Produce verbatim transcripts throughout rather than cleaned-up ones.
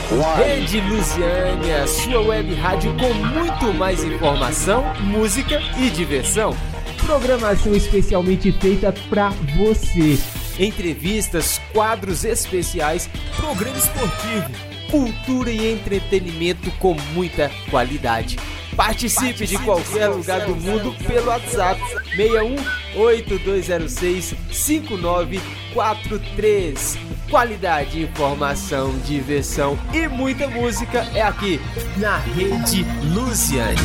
Rede Lusiânia, sua web rádio com muito mais informação, música e diversão. Programação especialmente feita pra você. Entrevistas, quadros especiais, programa esportivo, cultura e entretenimento com muita qualidade. Participe, Participe de qualquer lugar do mundo pelo WhatsApp seis um oito dois zero seis cinco nove quatro três. Qualidade, informação, diversão e muita música é aqui na Rede Lusiânia.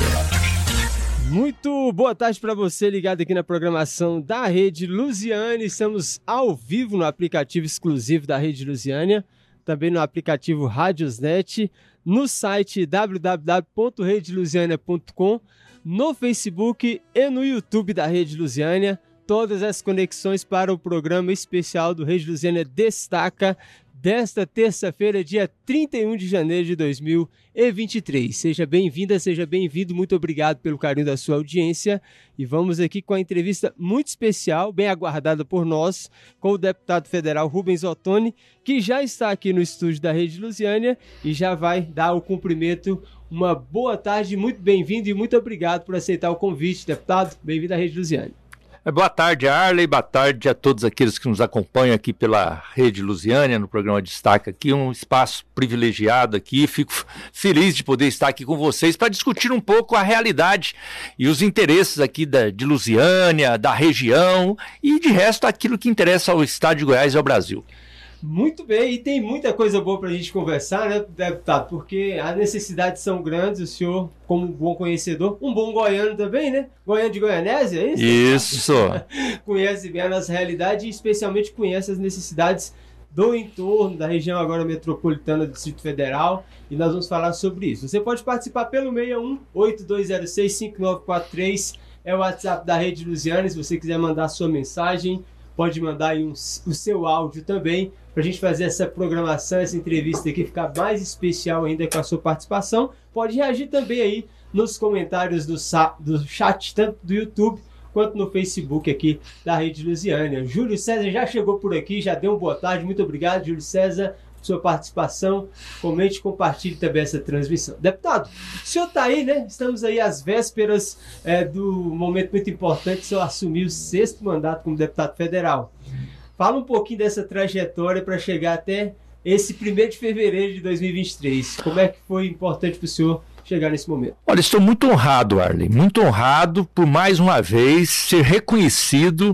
Muito boa tarde para você ligado aqui na programação da Rede Lusiânia. Estamos ao vivo no aplicativo exclusivo da Rede Lusiânia, também no aplicativo Radiosnet, no site w w w ponto rede lusiânia ponto com, no Facebook e no YouTube da Rede Lusiânia. Todas as conexões para o programa especial do Rede Lusiânia Destaca desta terça-feira, dia trinta e um de janeiro de dois mil e vinte e três. Seja bem-vinda, seja bem-vindo, muito obrigado pelo carinho da sua audiência. E vamos aqui com a entrevista muito especial, bem aguardada por nós, com o deputado federal Rubens Ottoni, que já está aqui no estúdio da Rede Lusiânia e já vai dar o cumprimento. Uma boa tarde, muito bem-vindo e muito obrigado por aceitar o convite, deputado. Bem-vindo à Rede Lusiânia. Boa tarde, Arley, boa tarde a todos aqueles que nos acompanham aqui pela Rede Lusiânia, no programa Destaca aqui, um espaço privilegiado aqui, fico feliz de poder estar aqui com vocês para discutir um pouco a realidade e os interesses aqui da, de Lusiânia, da região e de resto aquilo que interessa ao estado de Goiás e ao Brasil. Muito bem, e tem muita coisa boa para a gente conversar, né, deputado? Porque as necessidades são grandes, o senhor, como um bom conhecedor, um bom goiano também, né? Goiano de Goianésia, é isso? Isso! Conhece bem a nossa realidade e especialmente conhece as necessidades do entorno, da região agora metropolitana do Distrito Federal, e nós vamos falar sobre isso. Você pode participar pelo seis um oito dois zero seis cinco nove quatro três, é o WhatsApp da Rede Lusiânia, se você quiser mandar sua mensagem, pode mandar aí um, o seu áudio também, para a gente fazer essa programação, essa entrevista aqui ficar mais especial ainda com a sua participação. Pode reagir também aí nos comentários do, do chat, tanto do YouTube quanto no Facebook aqui da Rede Lusiânia. Júlio César já chegou por aqui, já deu uma boa tarde. Muito obrigado, Júlio César, por sua participação. Comente e compartilhe também essa transmissão. Deputado, o senhor está aí, né? Estamos aí às vésperas é, do momento muito importante, o senhor assumir o sexto mandato como deputado federal. Fala um pouquinho dessa trajetória para chegar até esse primeiro de fevereiro de dois mil e vinte e três. Como é que foi importante para o senhor chegar nesse momento? Olha, estou muito honrado, Arley, muito honrado por mais uma vez ser reconhecido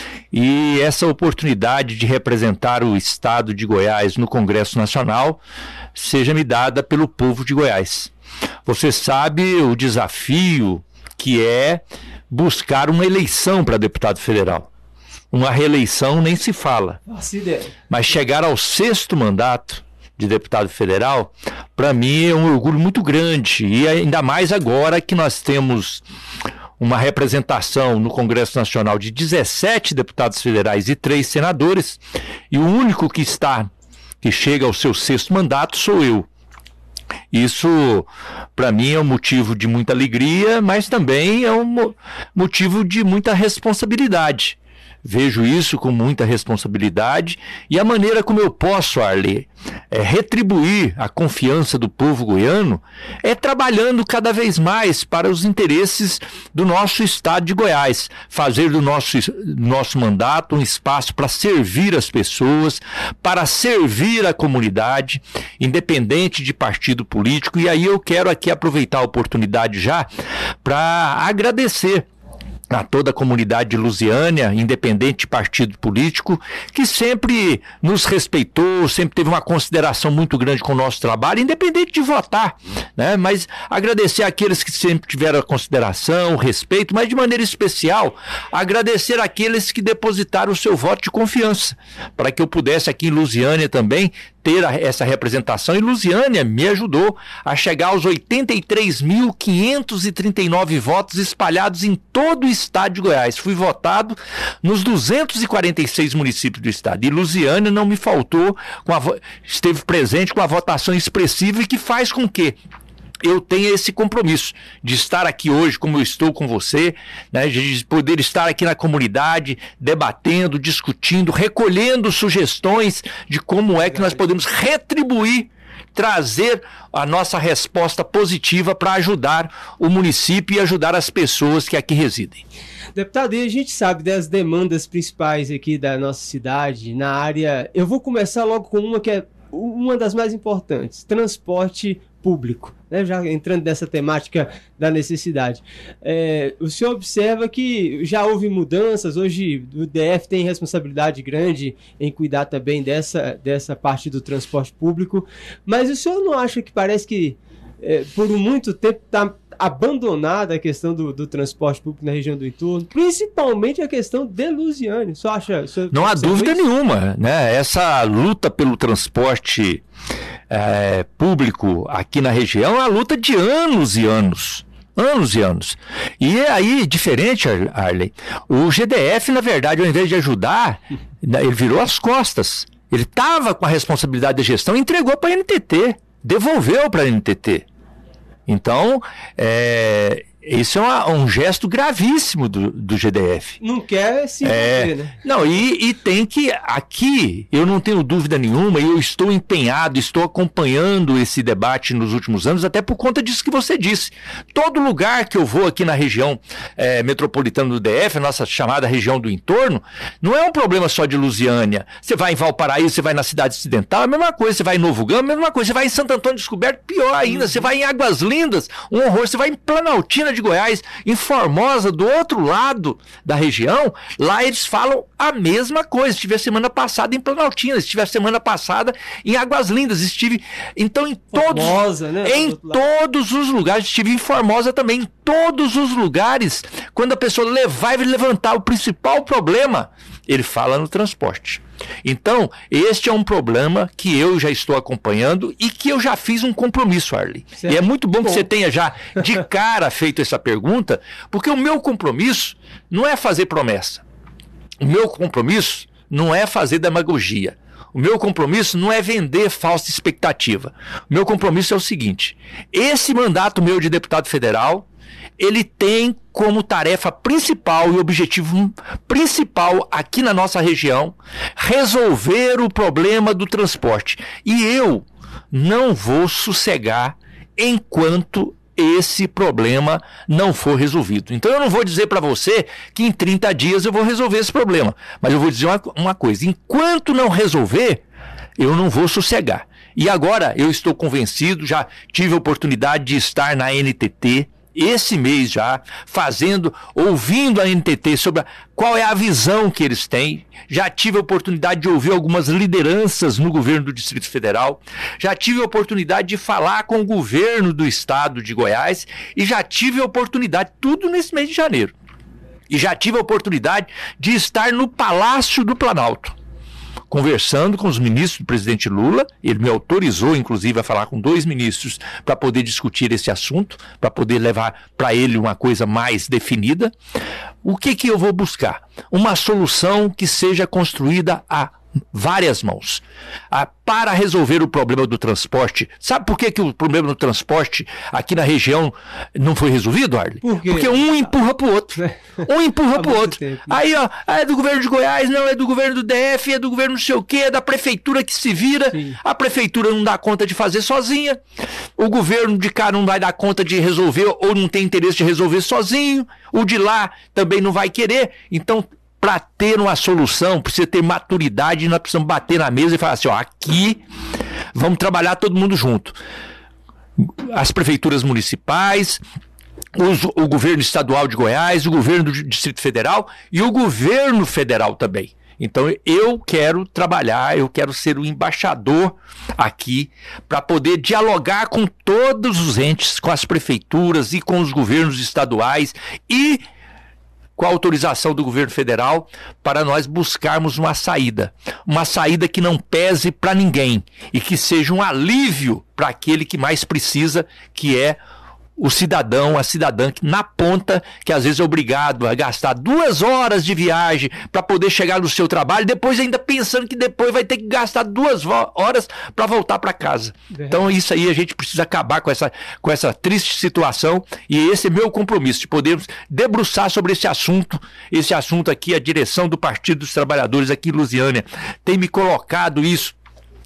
e essa oportunidade de representar o estado de Goiás no Congresso Nacional seja me dada pelo povo de Goiás. Você sabe o desafio que é buscar uma eleição para deputado federal. Uma reeleição nem se fala. Nossa ideia. Mas chegar ao sexto mandato de deputado federal, para mim é um orgulho muito grande. E ainda mais agora que nós temos uma representação no Congresso Nacional de dezessete deputados federais e três senadores, e o único que está, que chega ao seu sexto mandato sou eu. Isso, para mim, é um motivo de muita alegria, mas também é um motivo de muita responsabilidade. Vejo isso com muita responsabilidade e a maneira como eu posso, Arley, é, retribuir a confiança do povo goiano é trabalhando cada vez mais para os interesses do nosso estado de Goiás, fazer do nosso, nosso mandato um espaço para servir as pessoas, para servir a comunidade, independente de partido político. E aí eu quero aqui aproveitar a oportunidade já para agradecer a toda a comunidade de Lusiânia, independente de partido político, que sempre nos respeitou, sempre teve uma consideração muito grande com o nosso trabalho, independente de votar, né? Mas agradecer àqueles que sempre tiveram a consideração, o respeito, mas de maneira especial, agradecer àqueles que depositaram o seu voto de confiança, para que eu pudesse aqui em Lusiânia também ter essa representação, e Lusiânia me ajudou a chegar aos oitenta e três mil quinhentos e trinta e nove votos espalhados em todo o estado de Goiás. Fui votado nos duzentos e quarenta e seis municípios do estado, e Lusiânia não me faltou, com a, esteve presente com a votação expressiva, e que faz com que eu tenho esse compromisso de estar aqui hoje, como eu estou com você, né, de poder estar aqui na comunidade, debatendo, discutindo, recolhendo sugestões de como é que nós podemos retribuir trazer a nossa resposta positiva para ajudar o município e ajudar as pessoas que aqui residem. Deputado, e a gente sabe das demandas principais aqui da nossa cidade, na área... Eu vou começar logo com uma que é uma das mais importantes, transporte público, né? Já entrando nessa temática da necessidade. É, o senhor observa que já houve mudanças, hoje o D F tem responsabilidade grande em cuidar também dessa, dessa parte do transporte público, mas o senhor não acha que parece que é, por muito tempo está abandonada a questão do, do transporte público na região do entorno, principalmente a questão de Lusiânia? Só acha, só não há dúvida isso? nenhuma, né? Essa luta pelo transporte é, público aqui na região é uma luta de anos e anos. Anos e anos. E é aí diferente, Arley. O G D F, na verdade, ao invés de ajudar, ele virou as costas. Ele estava com a responsabilidade de gestão e entregou para a N T T, devolveu para a N T T. Então, é, isso é uma, um gesto gravíssimo do, do G D F. Não quer se envolver, é, né? Não, e, e tem que, aqui, eu não tenho dúvida nenhuma, e eu estou empenhado, estou acompanhando esse debate nos últimos anos, até por conta disso que você disse. Todo lugar que eu vou aqui na região é, metropolitana do D F, a nossa chamada região do entorno, não é um problema só de Lusiânia. Você vai em Valparaíso, você vai na cidade ocidental, é a mesma coisa, você vai em Novo Gama, a mesma coisa, você vai em Santo Antônio Descoberto, pior ainda, uhum. Você vai em Águas Lindas, um horror, você vai em Planaltina de Goiás, em Formosa, do outro lado da região, lá eles falam a mesma coisa. Estive a semana passada em Planaltina, estive a semana passada em Águas Lindas, estive então em todos, Formosa, né? em todos os lugares, estive em Formosa também, em todos os lugares, quando a pessoa levar e levantar o principal problema, ele fala no transporte. Então, este é um problema que eu já estou acompanhando e que eu já fiz um compromisso, Arley. Certo. E é muito bom que você tenha já de cara feito essa pergunta, porque o meu compromisso não é fazer promessa. O meu compromisso não é fazer demagogia. O meu compromisso não é vender falsa expectativa. O meu compromisso é o seguinte: esse mandato meu de deputado federal, ele tem como tarefa principal e objetivo principal aqui na nossa região resolver o problema do transporte. E eu não vou sossegar enquanto esse problema não for resolvido. Então eu não vou dizer para você que em trinta dias eu vou resolver esse problema, mas eu vou dizer uma, uma coisa: enquanto não resolver, eu não vou sossegar. E agora eu estou convencido, já tive a oportunidade de estar na N T T esse mês já, fazendo, ouvindo a N T T sobre a, qual é a visão que eles têm. Já tive a oportunidade de ouvir algumas lideranças no governo do Distrito Federal, já tive a oportunidade de falar com o governo do estado de Goiás e já tive a oportunidade, tudo nesse mês de janeiro, e já tive a oportunidade de estar no Palácio do Planalto, conversando com os ministros do presidente Lula. Ele me autorizou, inclusive, a falar com dois ministros para poder discutir esse assunto, para poder levar para ele uma coisa mais definida. O que que eu vou buscar? Uma solução que seja construída a várias mãos, ah, para resolver o problema do transporte. Sabe por que, que o problema do transporte aqui na região não foi resolvido, Arley? Por quê? Porque um empurra pro outro. Um empurra pro outro. Tempo. Aí, ó, é do governo de Goiás, não, é do governo do D F, é do governo não sei o quê, é da prefeitura que se vira. Sim. A prefeitura não dá conta de fazer sozinha. O governo de cá não vai dar conta de resolver ou não tem interesse de resolver sozinho. O de lá também não vai querer. Então, para ter uma solução, precisa ter maturidade, nós precisamos bater na mesa e falar assim, ó, aqui vamos trabalhar todo mundo junto. As prefeituras municipais, os, o governo estadual de Goiás, o governo do Distrito Federal e o governo federal também. Então eu quero trabalhar, eu quero ser o embaixador aqui para poder dialogar com todos os entes, com as prefeituras e com os governos estaduais e com a autorização do governo federal, para nós buscarmos uma saída. Uma saída que não pese para ninguém e que seja um alívio para aquele que mais precisa, que é o cidadão, a cidadã que na ponta, que às vezes é obrigado a gastar duas horas de viagem para poder chegar no seu trabalho, depois ainda pensando que depois vai ter que gastar duas horas para voltar para casa. É. Então isso aí a gente precisa acabar com essa, com essa triste situação, e esse é meu compromisso, de podermos debruçar sobre esse assunto. Esse assunto aqui, a direção do Partido dos Trabalhadores aqui em Lusiânia tem me colocado isso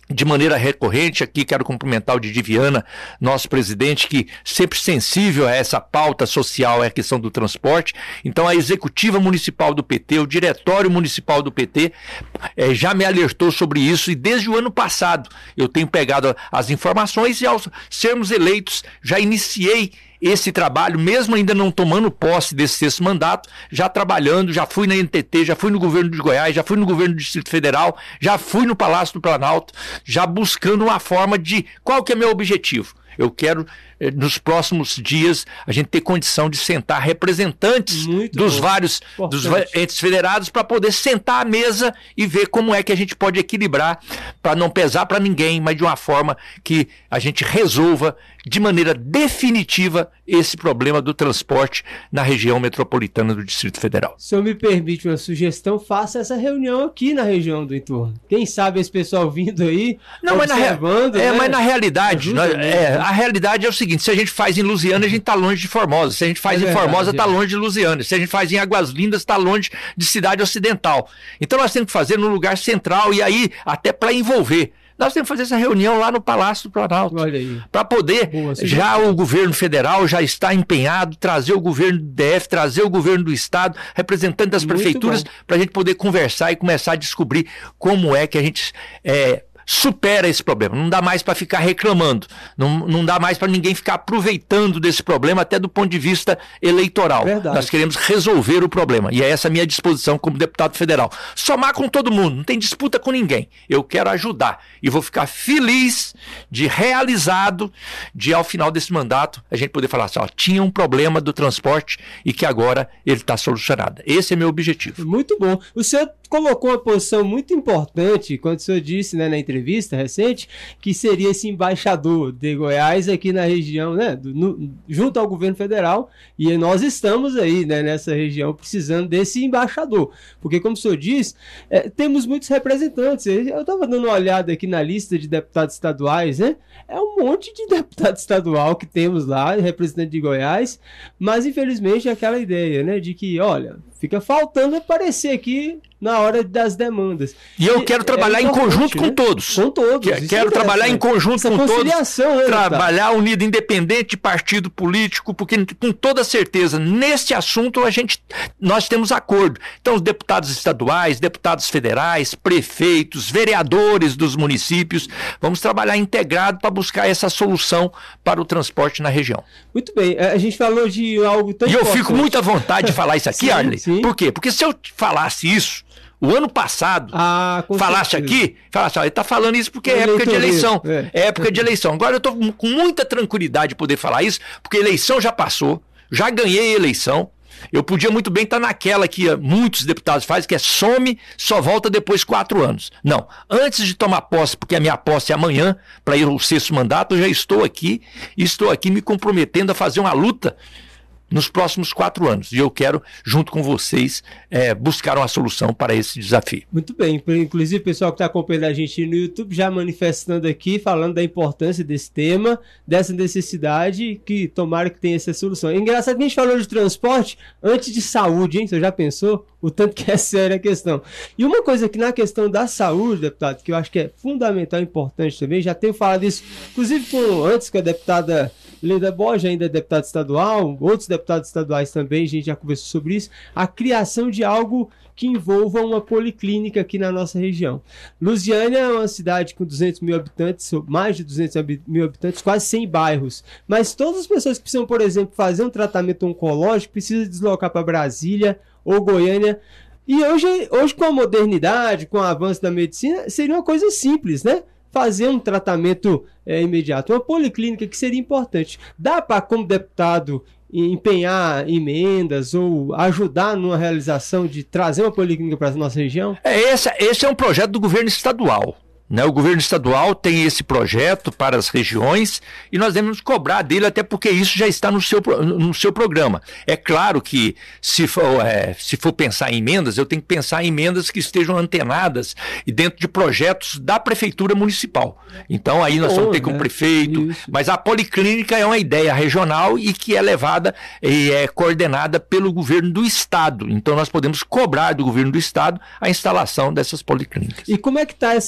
de maneira recorrente. Aqui quero cumprimentar o Didi Viana, nosso presidente, que sempre sensível a essa pauta social, a questão do transporte. Então a executiva municipal do P T, o diretório municipal do P T, eh, já me alertou sobre isso, e desde o ano passado eu tenho pegado as informações, e ao sermos eleitos já iniciei esse trabalho, mesmo ainda não tomando posse desse sexto mandato, já trabalhando, já fui na N T T, já fui no governo de Goiás, já fui no governo do Distrito Federal, já fui no Palácio do Planalto, já buscando uma forma de... Qual que é meu objetivo? Eu quero, nos próximos dias, a gente ter condição de sentar representantes Muito dos bom. vários dos entes federados para poder sentar à mesa e ver como é que a gente pode equilibrar, para não pesar para ninguém, mas de uma forma que a gente resolva de maneira definitiva esse problema do transporte na região metropolitana do Distrito Federal. Se eu me permite uma sugestão, faça essa reunião aqui na região do entorno. Quem sabe esse pessoal vindo aí, não, mas na, re... é, né? mas na realidade, nós, é, a realidade é o seguinte: se a gente faz em Lusiânia, a gente está longe de Formosa. Se a gente faz é em verdade, Formosa, está longe de Lusiânia. Se a gente faz em Águas Lindas, está longe de Cidade Ocidental. Então nós temos que fazer no lugar central, e aí até para envolver. Nós temos que fazer essa reunião lá no Palácio do Planalto, para poder, Boa, já o governo federal já está empenhado, trazer o governo do D F, trazer o governo do estado, representante das Muito prefeituras, para a gente poder conversar e começar a descobrir como é que a gente é, supera esse problema. Não dá mais para ficar reclamando, não, não dá mais para ninguém ficar aproveitando desse problema, até do ponto de vista eleitoral. Verdade. Nós queremos resolver o problema, e é essa a minha disposição como deputado federal. Somar com todo mundo, não tem disputa com ninguém. Eu quero ajudar, e vou ficar feliz de realizado, de ao final desse mandato, a gente poder falar assim, ó, tinha um problema do transporte e que agora ele está solucionado. Esse é meu objetivo. Muito bom. O senhor colocou uma posição muito importante quando o senhor disse, né, na entrevista recente, que seria esse embaixador de Goiás aqui na região, né, do, no, junto ao governo federal, e nós estamos aí, né, nessa região precisando desse embaixador, porque como o senhor diz, é, temos muitos representantes. Eu estava dando uma olhada aqui na lista de deputados estaduais, né, é um monte de deputado estadual que temos lá, representante de Goiás, mas infelizmente é aquela ideia, né, de que, olha, fica faltando aparecer aqui na hora das demandas. E eu e quero trabalhar é em conjunto, né? com todos. Com todos. Que, quero trabalhar em conjunto Essa com todos. Né, trabalhar unido, independente de partido político, porque com toda certeza, nesse assunto a gente, nós temos acordo. Então os deputados estaduais, deputados federais, prefeitos, vereadores dos municípios, vamos trabalhar integrado para buscar essa solução para o transporte na região. Muito bem. A gente falou de algo tão E eu importante. fico muito à vontade de falar isso aqui, sim, Arley. Sim. Por quê? Porque se eu falasse isso o ano passado, ah, falasse certeza. aqui, falasse, ó, ele está falando isso porque é época de eleição. É, é época de eleição. Agora eu estou com muita tranquilidade de poder falar isso, porque a eleição já passou, já ganhei a eleição. Eu podia muito bem estar naquela que muitos deputados fazem, que é some, só volta depois de quatro anos. Não, antes de tomar posse, porque a minha posse é amanhã, para ir ao sexto mandato, eu já estou aqui, e estou aqui me comprometendo a fazer uma luta nos próximos quatro anos. E eu quero, junto com vocês, é, buscar uma solução para esse desafio. Muito bem. Inclusive, o pessoal que está acompanhando a gente no YouTube já manifestando aqui, falando da importância desse tema, dessa necessidade, que tomara que tenha essa solução. É engraçado que a gente falou de transporte antes de saúde, hein? Você já pensou o tanto que é séria a questão? E uma coisa que na questão da saúde, deputado, que eu acho que é fundamental e importante também, já tenho falado isso, inclusive com, antes com a deputada Leda Borges, ainda é deputada estadual, outros deputados estaduais também, a gente já conversou sobre isso, a criação de algo que envolva uma policlínica aqui na nossa região. Lusiânia é uma cidade com duzentos mil habitantes, mais de duzentos mil habitantes, quase cem bairros, mas todas as pessoas que precisam, por exemplo, fazer um tratamento oncológico, precisam deslocar para Brasília ou Goiânia. E hoje, hoje, com a modernidade, com o avanço da medicina, seria uma coisa simples, né? Fazer um tratamento é, imediato, uma policlínica que seria importante. Dá para, como deputado, empenhar emendas ou ajudar numa realização de trazer uma policlínica para a nossa região? É, esse, esse é um projeto do governo estadual. Né? O governo estadual tem esse projeto para as regiões e nós devemos cobrar dele, até porque isso já está no seu, no seu programa. É claro que se for, é, se for pensar em emendas, eu tenho que pensar em emendas que estejam antenadas e dentro de projetos da prefeitura municipal. Então aí nós vamos ter com o prefeito, isso. Mas a policlínica é uma ideia regional e que é levada e é coordenada pelo governo do estado. Então nós podemos cobrar do governo do estado a instalação dessas policlínicas. E como é que está essa conversa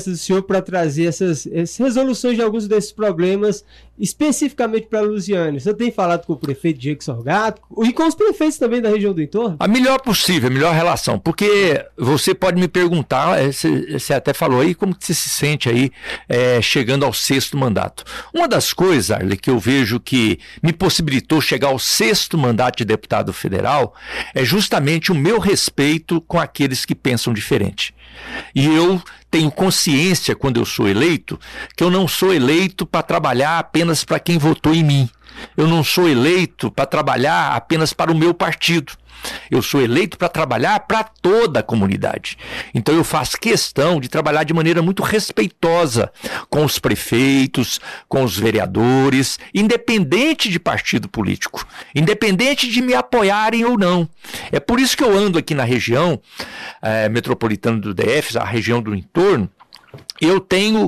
confiança do senhor para trazer essas, essas resoluções de alguns desses problemas, especificamente para a Lusiânia. O senhor tem falado com o prefeito Diego Sorgato e com os prefeitos também da região do entorno? A melhor possível, a melhor relação, porque você pode me perguntar, você, você até falou aí, como que você se sente aí é, chegando ao sexto mandato. Uma das coisas, Arley, que eu vejo que me possibilitou chegar ao sexto mandato de deputado federal é justamente o meu respeito com aqueles que pensam diferente. E eu tenho consciência, quando eu sou eleito, que eu não sou eleito para trabalhar apenas para quem votou em mim. Eu não sou eleito para trabalhar apenas para o meu partido. Eu sou eleito para trabalhar para toda a comunidade. Então eu faço questão de trabalhar de maneira muito respeitosa com os prefeitos, com os vereadores, independente de partido político, independente de me apoiarem ou não. É por isso que eu ando aqui na região é, metropolitana do D F, a região do entorno. Eu tenho...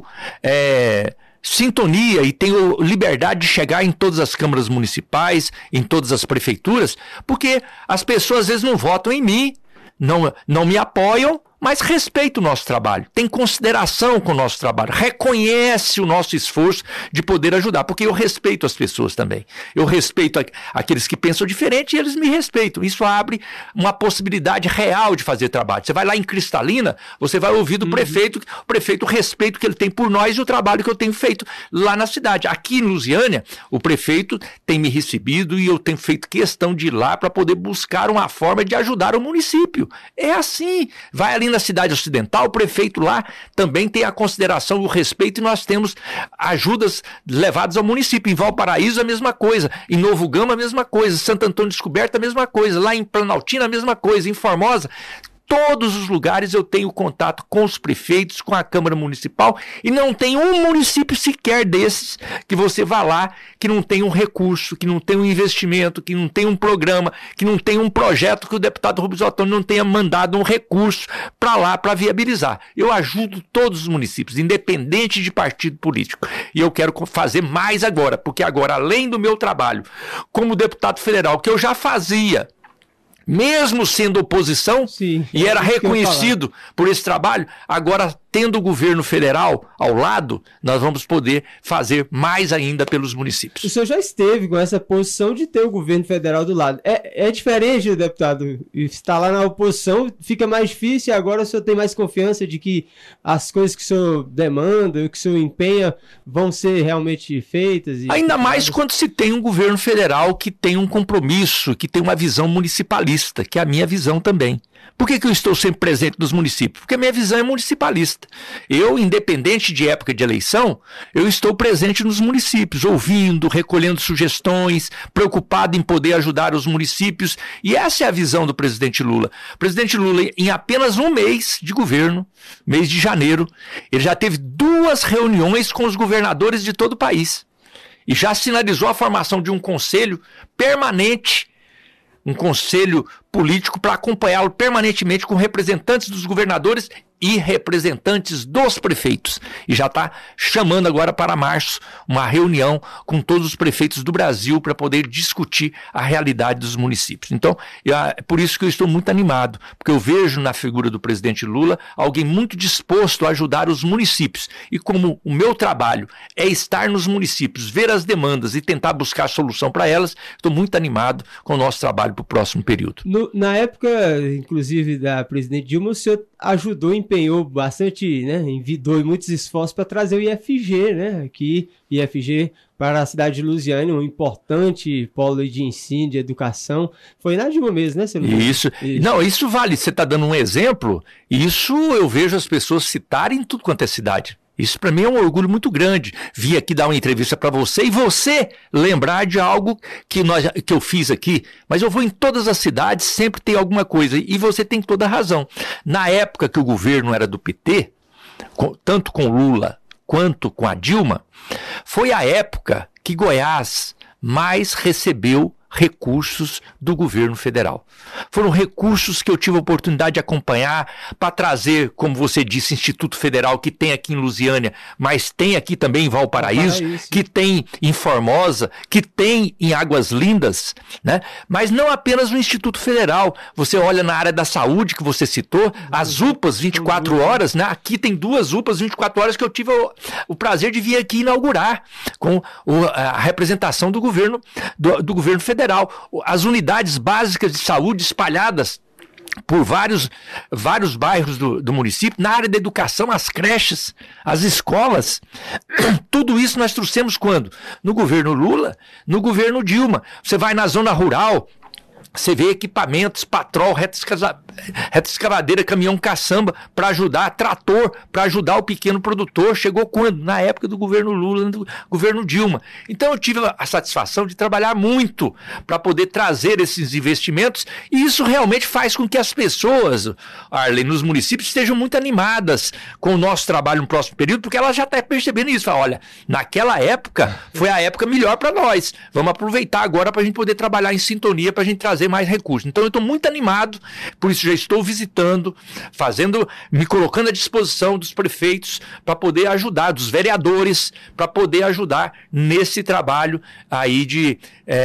É, sintonia e tenho liberdade de chegar em todas as câmaras municipais, em todas as prefeituras, porque as pessoas às vezes não votam em mim, não, não me apoiam, mas respeita o nosso trabalho, tem consideração com o nosso trabalho, reconhece o nosso esforço de poder ajudar, porque eu respeito as pessoas também. Eu respeito a, aqueles que pensam diferente e eles me respeitam. Isso abre uma possibilidade real de fazer trabalho. Você vai lá em Cristalina, você vai ouvir do uhum. prefeito, o prefeito o respeito que ele tem por nós e o trabalho que eu tenho feito lá na cidade. Aqui em Lusiânia, o prefeito tem me recebido e eu tenho feito questão de ir lá para poder buscar uma forma de ajudar o município. É assim, vai ali na cidade ocidental, o prefeito lá também tem a consideração e o respeito e nós temos ajudas levadas ao município. Em Valparaíso a mesma coisa, em Novo Gama a mesma coisa, Santo Antônio Descoberto a mesma coisa, lá em Planaltina a mesma coisa, em Formosa. Todos os lugares eu tenho contato com os prefeitos, com a Câmara Municipal e não tem um município sequer desses que você vá lá que não tem um recurso, que não tem um investimento, que não tem um programa, que não tem um projeto que o deputado Rubens Ottoni não tenha mandado um recurso para lá para viabilizar. Eu ajudo todos os municípios, independente de partido político. E eu quero fazer mais agora, porque agora, além do meu trabalho como deputado federal, que eu já fazia, mesmo sendo oposição, sim, e era reconhecido por esse trabalho, agora tendo o governo federal ao lado, nós vamos poder fazer mais ainda pelos municípios. O senhor já esteve com essa posição de ter o governo federal do lado. É, é diferente, deputado, estar lá na oposição fica mais difícil e agora o senhor tem mais confiança de que as coisas que o senhor demanda, que o senhor empenha, vão ser realmente feitas? E ainda mais quando se tem um governo federal que tem um compromisso, que tem uma visão municipalista, que é a minha visão também. Por que que eu estou sempre presente nos municípios? Porque a minha visão é municipalista. Eu, independente de época de eleição, eu estou presente nos municípios, ouvindo, recolhendo sugestões, preocupado em poder ajudar os municípios. E essa é a visão do presidente Lula. O presidente Lula, em apenas um mês de governo, mês de janeiro, ele já teve duas reuniões com os governadores de todo o país. E já sinalizou a formação de um conselho permanente, um conselho político para acompanhá-lo permanentemente com representantes dos governadores e representantes dos prefeitos. E já está chamando agora para março uma reunião com todos os prefeitos do Brasil para poder discutir a realidade dos municípios. Então, é por isso que eu estou muito animado, porque eu vejo na figura do presidente Lula alguém muito disposto a ajudar os municípios. E como o meu trabalho é estar nos municípios, ver as demandas e tentar buscar solução para elas, estou muito animado com o nosso trabalho para o próximo período. No, na época, inclusive, da presidente Dilma, o senhor ajudou, empenhou bastante, né, envidou muitos esforços para trazer o I F G, né, aqui, I F G para a cidade de Lusiânia, um importante polo de ensino, de educação. Foi na Dilma mesmo, né, senhor? Isso. isso. Não, isso vale, você está dando um exemplo, isso eu vejo as pessoas citarem em tudo quanto é cidade. Isso para mim é um orgulho muito grande. Vim aqui dar uma entrevista para você e você lembrar de algo que, nós, que eu fiz aqui. Mas eu vou em todas as cidades, sempre tem alguma coisa. E você tem toda a razão. Na época que o governo era do P T, com, tanto com Lula quanto com a Dilma, foi a época que Goiás mais recebeu recursos do governo federal. Foram recursos que eu tive a oportunidade de acompanhar para trazer, como você disse, Instituto Federal, que tem aqui em Lusiânia, mas tem aqui também em Valparaíso, Valparaíso. que tem em Formosa, que tem em Águas Lindas, né? Mas não apenas o Instituto Federal. Você olha na área da saúde que você citou, as U P As vinte e quatro horas, né? Aqui tem duas U P As vinte e quatro horas que eu tive o, o prazer de vir aqui inaugurar com o, a representação do governo, do, do governo federal. As unidades básicas de saúde espalhadas por vários, vários bairros do, do município, na área da educação, as creches, as escolas, tudo isso nós trouxemos quando? No governo Lula, no governo Dilma. Você vai na zona rural, você vê equipamentos, patrol, reta-escavadeira, caminhão caçamba para ajudar, trator para ajudar o pequeno produtor. Chegou quando? Na época do governo Lula, do governo Dilma. Então eu tive a satisfação de trabalhar muito para poder trazer esses investimentos, e isso realmente faz com que as pessoas, Arlen, nos municípios estejam muito animadas com o nosso trabalho no próximo período, porque elas já estão percebendo isso. Fala, olha, naquela época foi a época melhor para nós. Vamos aproveitar agora para a gente poder trabalhar em sintonia, para a gente trazer mais recursos. Então eu estou muito animado, por isso já estou visitando, fazendo, me colocando à disposição dos prefeitos para poder ajudar, dos vereadores, para poder ajudar nesse trabalho aí de,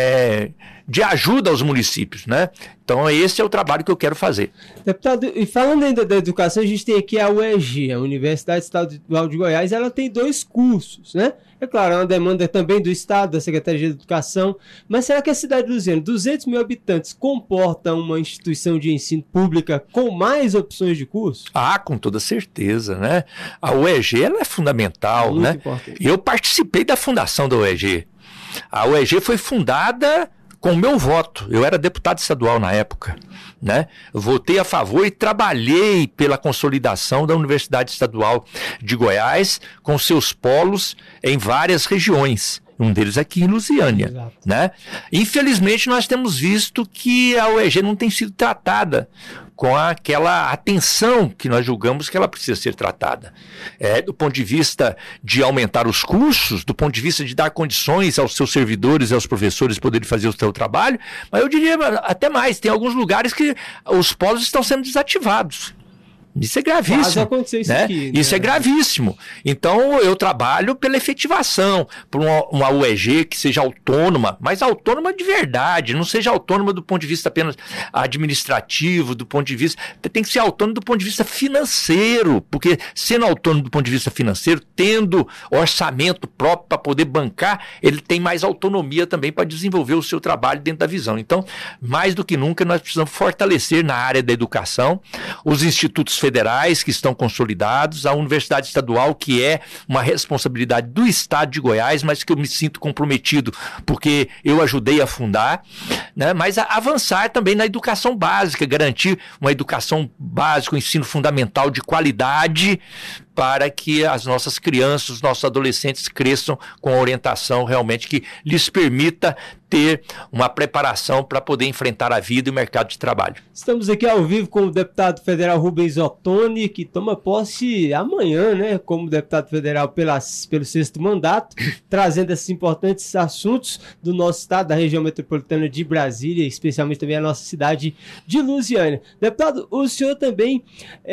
é, de ajuda aos municípios, né? Então esse é o trabalho que eu quero fazer. Deputado, e falando ainda da educação, a gente tem aqui a U E G, a Universidade Estadual de Goiás, ela tem dois cursos, né? É claro, é uma demanda também do Estado, da Secretaria de Educação, mas será que a cidade de Lusiânia, duzentos mil habitantes, comporta uma instituição de ensino pública com mais opções de curso? Ah, com toda certeza, né? A U E G ela é fundamental, muito, né? Importante. Eu participei da fundação da U E G. A U E G foi fundada com o meu voto. Eu era deputado estadual na época, né? Eu votei a favor e trabalhei pela consolidação da Universidade Estadual de Goiás com seus polos em várias regiões. Um deles aqui em Lusiânia, né? Infelizmente nós temos visto que a U E G não tem sido tratada com aquela atenção que nós julgamos que ela precisa ser tratada. É, do ponto de vista de aumentar os cursos, do ponto de vista de dar condições aos seus servidores e aos professores poderem fazer o seu trabalho, mas eu diria até mais, tem alguns lugares que os polos estão sendo desativados. Isso é gravíssimo. Quase aconteceu isso, né? Aqui, né? Isso é gravíssimo. Então eu trabalho pela efetivação, por uma, uma U E G que seja autônoma, mas autônoma de verdade, não seja autônoma do ponto de vista apenas administrativo, do ponto de vista... Tem que ser autônomo do ponto de vista financeiro, porque sendo autônomo do ponto de vista financeiro, tendo orçamento próprio para poder bancar, ele tem mais autonomia também para desenvolver o seu trabalho dentro da visão. Então, mais do que nunca, nós precisamos fortalecer na área da educação os institutos federais que estão consolidados, a Universidade Estadual, que é uma responsabilidade do Estado de Goiás, mas que eu me sinto comprometido porque eu ajudei a fundar, né? Mas a avançar também na educação básica, garantir uma educação básica, um ensino fundamental de qualidade, para que as nossas crianças, os nossos adolescentes cresçam com a orientação realmente que lhes permita ter uma preparação para poder enfrentar a vida e o mercado de trabalho. Estamos aqui ao vivo com o deputado federal Rubens Ottoni, que toma posse amanhã, né, como deputado federal pelas, pelo sexto mandato, trazendo esses importantes assuntos do nosso estado, da região metropolitana de Brasília, especialmente também a nossa cidade de Lusiânia. Deputado, o senhor também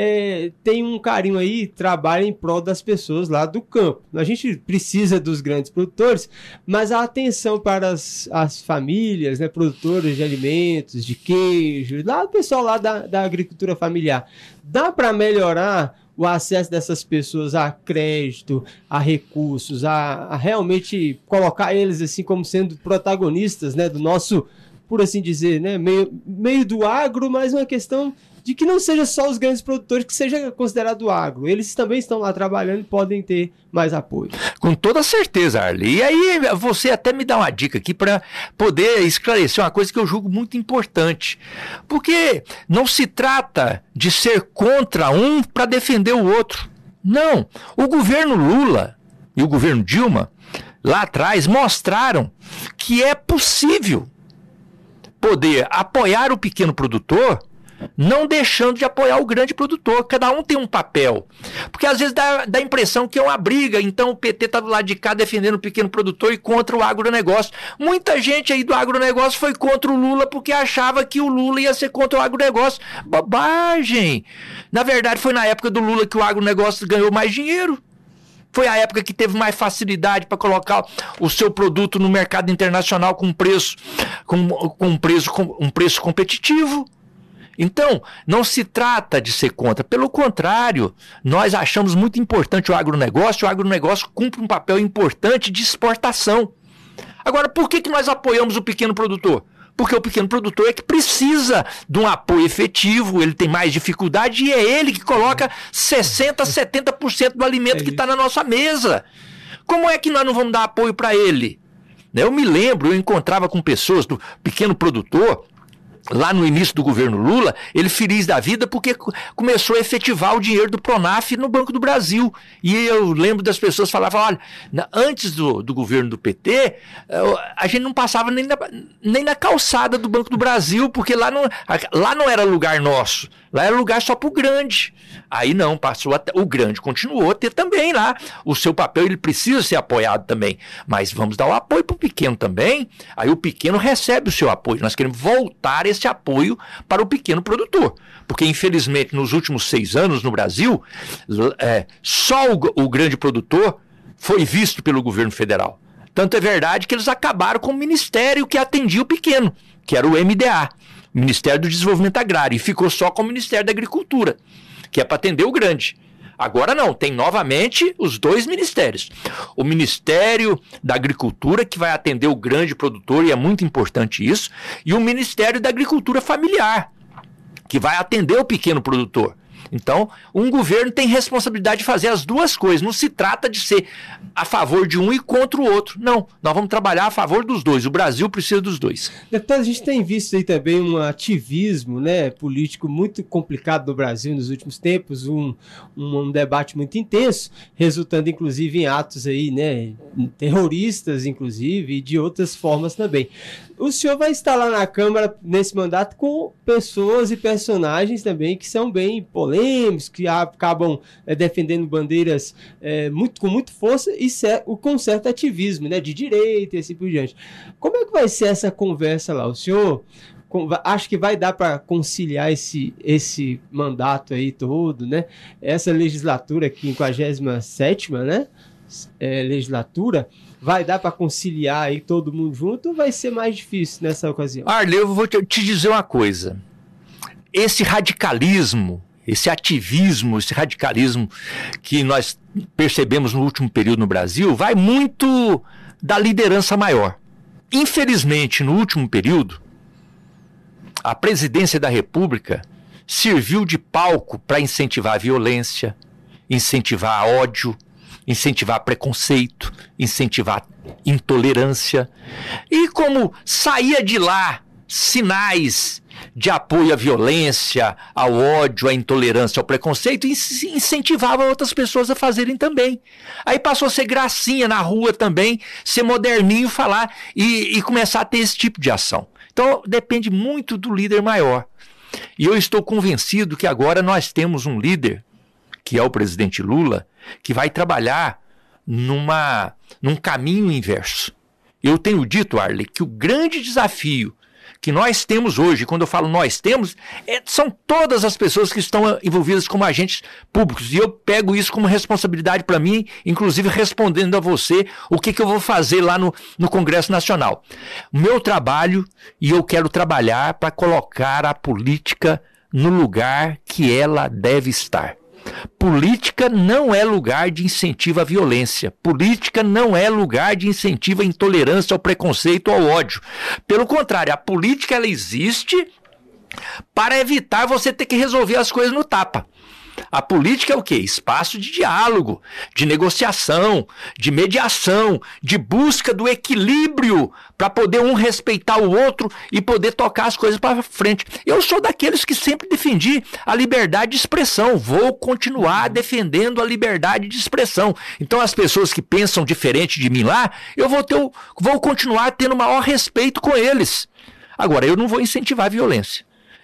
é, tem um carinho aí, trabalha em prol das pessoas lá do campo. A gente precisa dos grandes produtores, mas a atenção para as, as famílias, né, produtoras de alimentos, de queijo, lá o pessoal lá da, da agricultura familiar, dá para melhorar o acesso dessas pessoas a crédito, a recursos, a, a realmente colocar eles assim como sendo protagonistas, né, do nosso, por assim dizer, né, meio, meio do agro, mas uma questão de que não seja só os grandes produtores, que seja considerado agro. Eles também estão lá trabalhando e podem ter mais apoio. Com toda certeza, Arli. E aí você até me dá uma dica aqui para poder esclarecer uma coisa que eu julgo muito importante. Porque não se trata de ser contra um para defender o outro. Não. O governo Lula e o governo Dilma, lá atrás, mostraram que é possível poder apoiar o pequeno produtor não deixando de apoiar o grande produtor. Cada um tem um papel. Porque às vezes dá, dá a impressão que é uma briga, então o P T está do lado de cá defendendo o pequeno produtor e contra o agronegócio. Muita gente aí do agronegócio foi contra o Lula porque achava que o Lula ia ser contra o agronegócio. Bobagem! Na verdade, foi na época do Lula que o agronegócio ganhou mais dinheiro. Foi a época que teve mais facilidade para colocar o seu produto no mercado internacional com preço, com, com um, preço, com um preço competitivo. Então, não se trata de ser contra. Pelo contrário, nós achamos muito importante o agronegócio. O agronegócio cumpre um papel importante de exportação. Agora, por que, que nós apoiamos o pequeno produtor? Porque o pequeno produtor é que precisa de um apoio efetivo, ele tem mais dificuldade e é ele que coloca sessenta por cento, setenta por cento do alimento que está na nossa mesa. Como é que nós não vamos dar apoio para ele? Eu me lembro, eu encontrava com pessoas do pequeno produtor, lá no início do governo Lula, ele feliz da vida porque começou a efetivar o dinheiro do Pronaf no Banco do Brasil. E eu lembro das pessoas falavam, olha, antes do, do governo do P T, a gente não passava nem na, nem na calçada do Banco do Brasil, porque lá não, lá não era lugar nosso, lá era lugar só para o grande. Aí não, passou a, o grande continuou a ter também lá o seu papel, ele precisa ser apoiado também. Mas vamos dar o apoio para o pequeno também, aí o pequeno recebe o seu apoio. Nós queremos voltar esse esse apoio para o pequeno produtor. Porque, infelizmente, nos últimos seis anos no Brasil, é, só o, o grande produtor foi visto pelo governo federal. Tanto é verdade que eles acabaram com o ministério que atendia o pequeno, que era o M D A, Ministério do Desenvolvimento Agrário, e ficou só com o Ministério da Agricultura, que é para atender o grande. Agora não, tem novamente os dois ministérios. O Ministério da Agricultura, que vai atender o grande produtor, e é muito importante isso, e o Ministério da Agricultura Familiar, que vai atender o pequeno produtor. Então, um governo tem responsabilidade de fazer as duas coisas. Não se trata de ser a favor de um e contra o outro. Não, nós vamos trabalhar a favor dos dois. O Brasil precisa dos dois. Deputado, a gente tem visto aí também um ativismo, né, político muito complicado no Brasil nos últimos tempos, um, um, um debate muito intenso, resultando inclusive em atos aí, né, terroristas, inclusive, e de outras formas também. O senhor vai estar lá na Câmara nesse mandato com pessoas e personagens também que são bem polêmicos, que acabam é, defendendo bandeiras é, muito, com muita força e cer- com certo ativismo, né, de direita e assim por diante. Como é que vai ser essa conversa lá? O senhor com, acha que vai dar para conciliar esse, esse mandato aí todo, né? Essa legislatura, quinquagésima sétima, né? É, legislatura, vai dar para conciliar aí todo mundo junto ou vai ser mais difícil nessa ocasião? Arley, eu vou te, te dizer uma coisa. Esse radicalismo, esse ativismo, esse radicalismo que nós percebemos no último período no Brasil, vai muito da liderança maior. Infelizmente, no último período, a presidência da República serviu de palco para incentivar a violência, incentivar ódio, incentivar preconceito, incentivar intolerância. E como saía de lá sinais de apoio à violência, ao ódio, à intolerância, ao preconceito, incentivava outras pessoas a fazerem também. Aí passou a ser gracinha na rua também, ser moderninho falar e, e começar a ter esse tipo de ação. Então depende muito do líder maior. E eu estou convencido que agora nós temos um líder, que é o presidente Lula, que vai trabalhar numa, num caminho inverso. Eu tenho dito, Arley, que o grande desafio que nós temos hoje, quando eu falo nós temos, é, são todas as pessoas que estão envolvidas como agentes públicos. E eu pego isso como responsabilidade para mim, inclusive respondendo a você o que, que eu vou fazer lá no, no Congresso Nacional. O meu trabalho, e eu quero trabalhar para colocar a política no lugar que ela deve estar. Política não é lugar de incentivo à violência. Política não é lugar de incentivo à intolerância, ao preconceito, ao ódio. Pelo contrário, a política ela existe para evitar você ter que resolver as coisas no tapa. A política é o quê? Espaço de diálogo, de negociação, de mediação, de busca do equilíbrio para poder um respeitar o outro e poder tocar as coisas para frente. Eu sou daqueles que sempre defendi a liberdade de expressão. Vou continuar defendendo a liberdade de expressão. Então as pessoas que pensam diferente de mim lá, eu vou, ter, vou continuar tendo o maior respeito com eles. Agora, eu não vou incentivar a violência.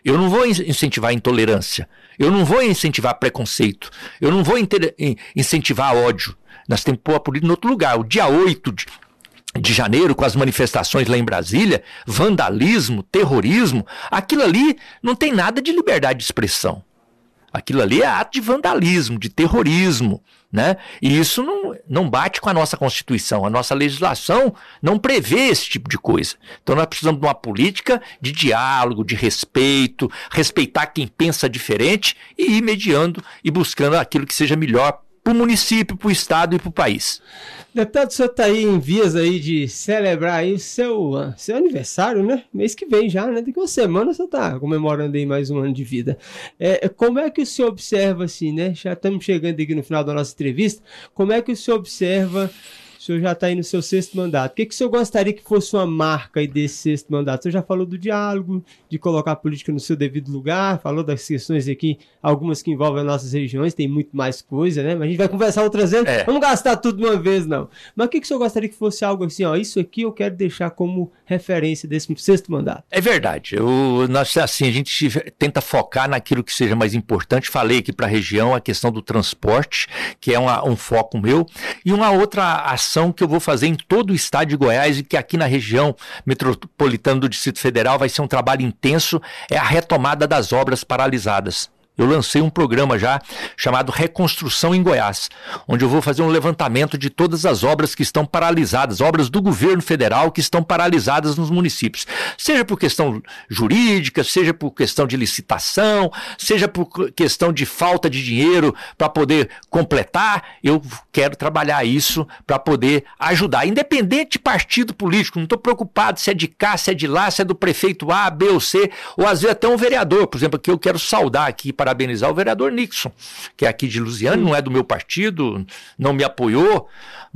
Eu não vou incentivar a intolerância, eu não vou incentivar preconceito, eu não vou incentivar ódio. Nós temos que pôr a política em outro lugar. O dia oito de, de janeiro, com as manifestações lá em Brasília, vandalismo, terrorismo, aquilo ali não tem nada de liberdade de expressão. Aquilo ali é ato de vandalismo, de terrorismo, né? E isso não, não bate com a nossa Constituição. A nossa legislação não prevê esse tipo de coisa. Então nós precisamos de uma política de diálogo, de respeito, respeitar quem pensa diferente e ir mediando e buscando aquilo que seja melhor para o município, para o estado e para o país. Deputado, o senhor está aí em vias aí de celebrar aí o seu, seu aniversário, né? Mês que vem já, né? Daqui uma semana o senhor está comemorando aí mais um ano de vida. É, como é que o senhor observa assim, né? Já estamos chegando aqui no final da nossa entrevista. Como é que o senhor observa... O senhor já está aí no seu sexto mandato. O que, que o senhor gostaria que fosse uma marca aí desse sexto mandato? O senhor já falou do diálogo, de colocar a política no seu devido lugar, falou das questões aqui, algumas que envolvem as nossas regiões, tem muito mais coisa, né? Mas a gente vai conversar outras vezes, é. Vamos gastar tudo de uma vez, não. Mas o que, que o senhor gostaria que fosse algo assim, ó, isso aqui eu quero deixar como referência desse sexto mandato? É verdade. Eu, nós, assim, a gente tenta focar naquilo que seja mais importante. Falei aqui para a região a questão do transporte, que é uma, um foco meu, e uma outra ação que eu vou fazer em todo o estado de Goiás e que aqui na região metropolitana do Distrito Federal vai ser um trabalho intenso, é a retomada das obras paralisadas. Eu lancei um programa já chamado Reconstrução em Goiás, onde eu vou fazer um levantamento de todas as obras que estão paralisadas, obras do governo federal que estão paralisadas nos municípios, seja por questão jurídica, seja por questão de licitação, seja por questão de falta de dinheiro para poder completar. Eu quero trabalhar isso para poder ajudar, independente de partido político. Não estou preocupado se é de cá, se é de lá, se é do prefeito A, B ou C, ou às vezes até um vereador. Por exemplo, aqui eu quero saudar aqui, parabenizar o vereador Nixon, que é aqui de Lusiânia, não é do meu partido, não me apoiou,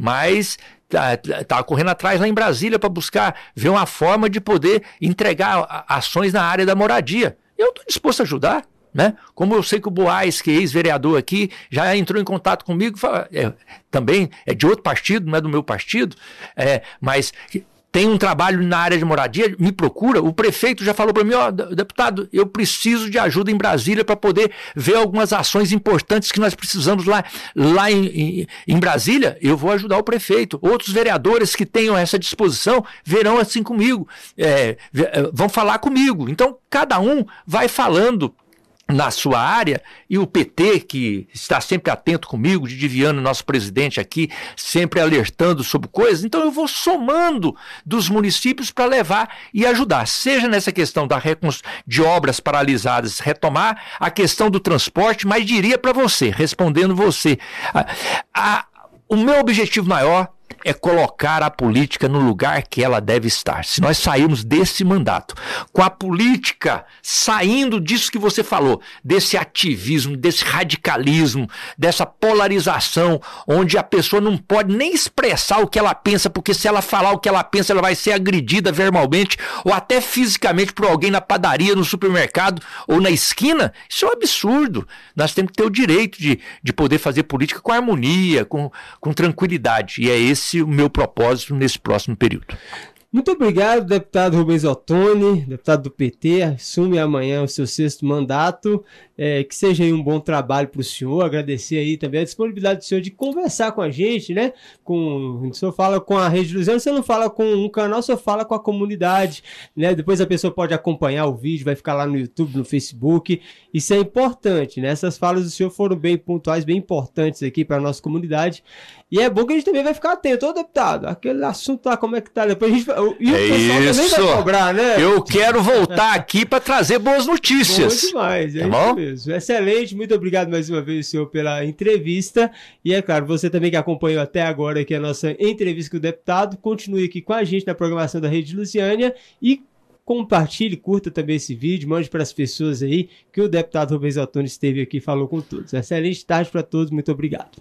mas estava correndo atrás lá em Brasília para buscar ver uma forma de poder entregar ações na área da moradia. Eu estou disposto a ajudar, né? Como eu sei que o Boaz, que é ex-vereador aqui, já entrou em contato comigo, fala, é, também é de outro partido, não é do meu partido, é, mas... tem um trabalho na área de moradia, me procura, o prefeito já falou para mim, ó, deputado, eu preciso de ajuda em Brasília para poder ver algumas ações importantes que nós precisamos lá, lá em, em, em Brasília, eu vou ajudar o prefeito. Outros vereadores que tenham essa disposição verão assim comigo, é, vão falar comigo. Então, cada um vai falando na sua área, e o P T, que está sempre atento comigo, Didi Viana, nosso presidente aqui, sempre alertando sobre coisas, então eu vou somando dos municípios para levar e ajudar, seja nessa questão da reconstru... de obras paralisadas, retomar a questão do transporte, mas diria para você, respondendo você, a, a, o meu objetivo maior é colocar a política no lugar que ela deve estar. Se nós sairmos desse mandato, com a política saindo disso que você falou, desse ativismo, desse radicalismo, dessa polarização, onde a pessoa não pode nem expressar o que ela pensa, porque se ela falar o que ela pensa, ela vai ser agredida verbalmente ou até fisicamente por alguém na padaria, no supermercado ou na esquina. Isso é um absurdo. Nós temos que ter o direito de, de poder fazer política com harmonia, com, com tranquilidade. E é esse o meu propósito nesse próximo período. Muito obrigado, deputado Rubens Ottoni, deputado do P T, assume amanhã o seu sexto mandato, é, que seja aí um bom trabalho para o senhor, agradecer aí também a disponibilidade do senhor de conversar com a gente, né, com, o senhor fala com a Rede Lusiana, você não fala com um canal, o senhor fala com a comunidade, né, depois a pessoa pode acompanhar o vídeo, vai ficar lá no YouTube, no Facebook, isso é importante, né, essas falas do senhor foram bem pontuais, bem importantes aqui para a nossa comunidade, e é bom que a gente também vai ficar atento, ô deputado, aquele assunto lá, como é que tá, depois a gente vai... E o é pessoal isso. também vai cobrar, né? Eu quero voltar aqui para trazer boas notícias. Bom demais, é tá isso bom? mesmo. Excelente, muito obrigado mais uma vez, senhor, pela entrevista. E é claro, você também que acompanhou até agora aqui a nossa entrevista com o deputado, continue aqui com a gente na programação da Rede Lusiânia e compartilhe, curta também esse vídeo, mande para as pessoas aí que o deputado Rubens Ottoni esteve aqui e falou com todos. Excelente tarde para todos, muito obrigado.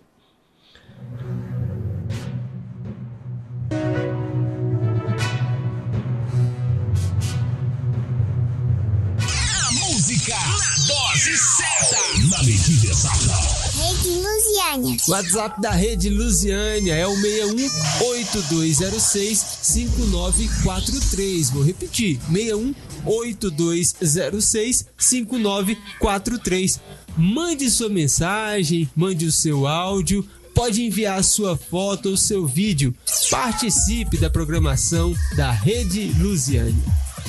Música na dose certa, na medida exata. Rede Lusiânia. O WhatsApp da Rede Lusiânia é o seis um oito dois zero seis cinco nove quatro três. Vou repetir, seis um oito dois zero seis cinco nove quatro três. Mande sua mensagem, mande o seu áudio, pode enviar sua foto ou seu vídeo. Participe da programação da Rede Lusiânia.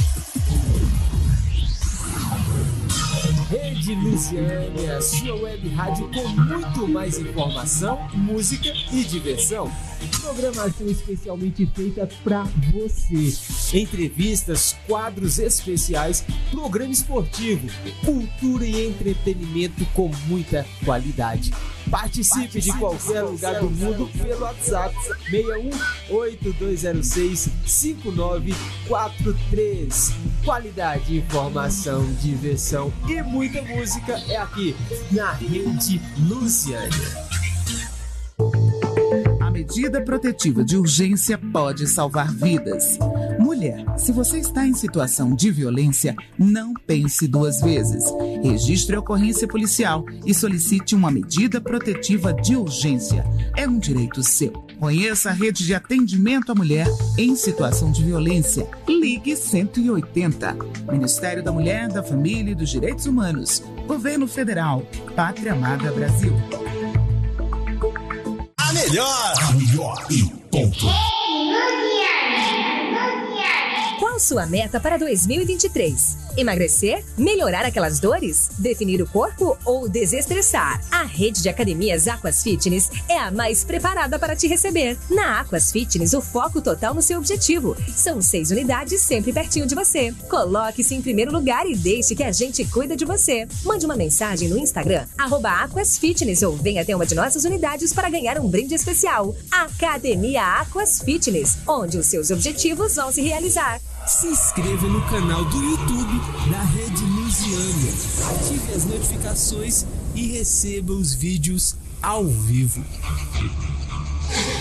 Rede Lusiânia, sua web rádio com muito mais informação, música e diversão. Programação especialmente feita para você. Entrevistas, quadros especiais, programa esportivo, cultura e entretenimento com muita qualidade. Participe de qualquer lugar do mundo pelo WhatsApp seis um oito dois zero seis cinco nove quatro três. Qualidade, informação, diversão e muita música é aqui na Rede Lusiânia. A medida protetiva de urgência pode salvar vidas. Mulher, se você está em situação de violência, não pense duas vezes. Registre a ocorrência policial e solicite uma medida protetiva de urgência. É um direito seu. Conheça a rede de atendimento à mulher em situação de violência. Ligue cento e oitenta. Ministério da Mulher, da Família e dos Direitos Humanos. Governo Federal. Pátria Amada Brasil. A melhor. A melhor e ponto. Qual sua meta para dois mil e vinte e três? Emagrecer? Melhorar aquelas dores? Definir o corpo ou desestressar? A rede de academias Aquas Fitness é a mais preparada para te receber. Na Aquas Fitness, o foco total no seu objetivo. São seis unidades sempre pertinho de você. Coloque-se em primeiro lugar e deixe que a gente cuida de você. Mande uma mensagem no Instagram, arroba Aquas Fitness, ou venha até uma de nossas unidades para ganhar um brinde especial. Academia Aquas Fitness, onde os seus objetivos vão se realizar. Se inscreva no canal do YouTube da Rede Lusiânia. Ative as notificações e receba os vídeos ao vivo.